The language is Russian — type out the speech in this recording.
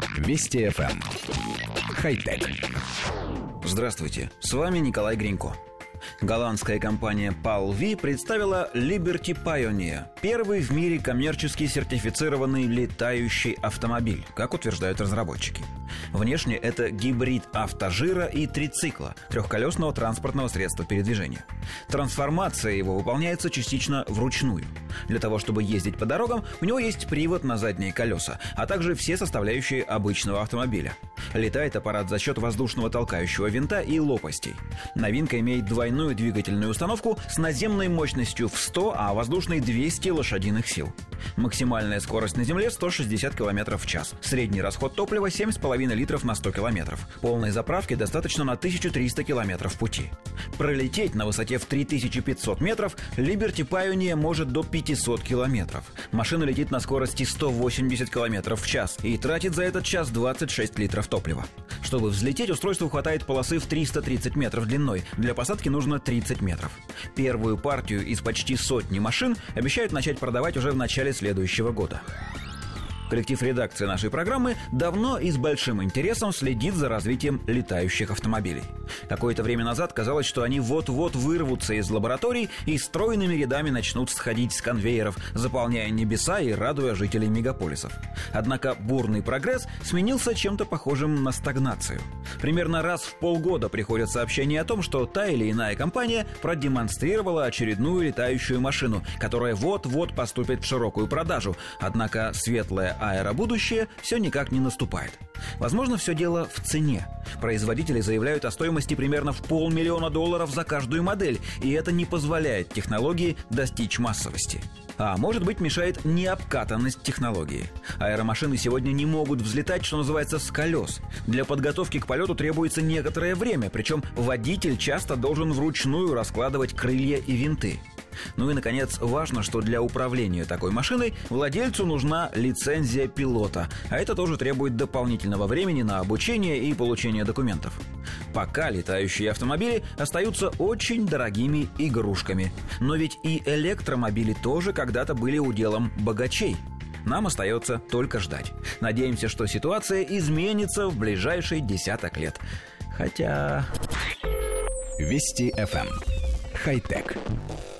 Вести ФМ. Хай-тек. Здравствуйте, с вами Николай Гринько. Голландская компания PAL-V представила Liberty Pioneer, первый в мире коммерчески сертифицированный летающий автомобиль, как утверждают разработчики. Внешне это гибрид автожира и трицикла, трехколесного транспортного средства передвижения. Трансформация его выполняется частично вручную. Для того, чтобы ездить по дорогам, у него есть привод на задние колеса, а также все составляющие обычного автомобиля. Летает аппарат за счет воздушного толкающего винта и лопастей. Новинка имеет двойную двигательную установку с наземной мощностью в 100, а воздушной 200 лошадиных сил. Максимальная скорость на земле 160 км в час. Средний расход топлива 7,5 литров на 100 км. Полной заправки достаточно на 1300 км пути. Пролететь на высоте в 3500 метров Liberty Pioneer может до 500 км. Машина летит на скорости 180 км в час и тратит за этот час 26 литров топлива. Чтобы взлететь, устройству хватает полосы в 330 метров длиной. Для посадки нужно 30 метров. Первую партию из почти сотни машин обещают начать продавать уже в начале следующего года. Коллектив редакции нашей программы давно и с большим интересом следит за развитием летающих автомобилей. Какое-то время назад казалось, что они вот-вот вырвутся из лабораторий и стройными рядами начнут сходить с конвейеров, заполняя небеса и радуя жителей мегаполисов. Однако бурный прогресс сменился чем-то похожим на стагнацию. Примерно раз в полгода приходят сообщения о том, что та или иная компания продемонстрировала очередную летающую машину, которая вот-вот поступит в широкую продажу, однако светлая аэробудущее все никак не наступает. Возможно, все дело в цене. Производители заявляют о стоимости примерно в $500 000 за каждую модель, и это не позволяет технологии достичь массовости. А может быть, мешает необкатанность технологии. Аэромашины сегодня не могут взлетать, что называется, с колес. Для подготовки к полету требуется некоторое время, причем водитель часто должен вручную раскладывать крылья и винты. Ну и, наконец, важно, что для управления такой машиной владельцу нужна лицензия пилота, а это тоже требует дополнительного времени на обучение и получение документов. Пока летающие автомобили остаются очень дорогими игрушками. Но ведь и электромобили тоже когда-то были уделом богачей. Нам остается только ждать. Надеемся, что ситуация изменится в ближайшие десяток лет. Хотя... Вести ФМ. Хай-тек.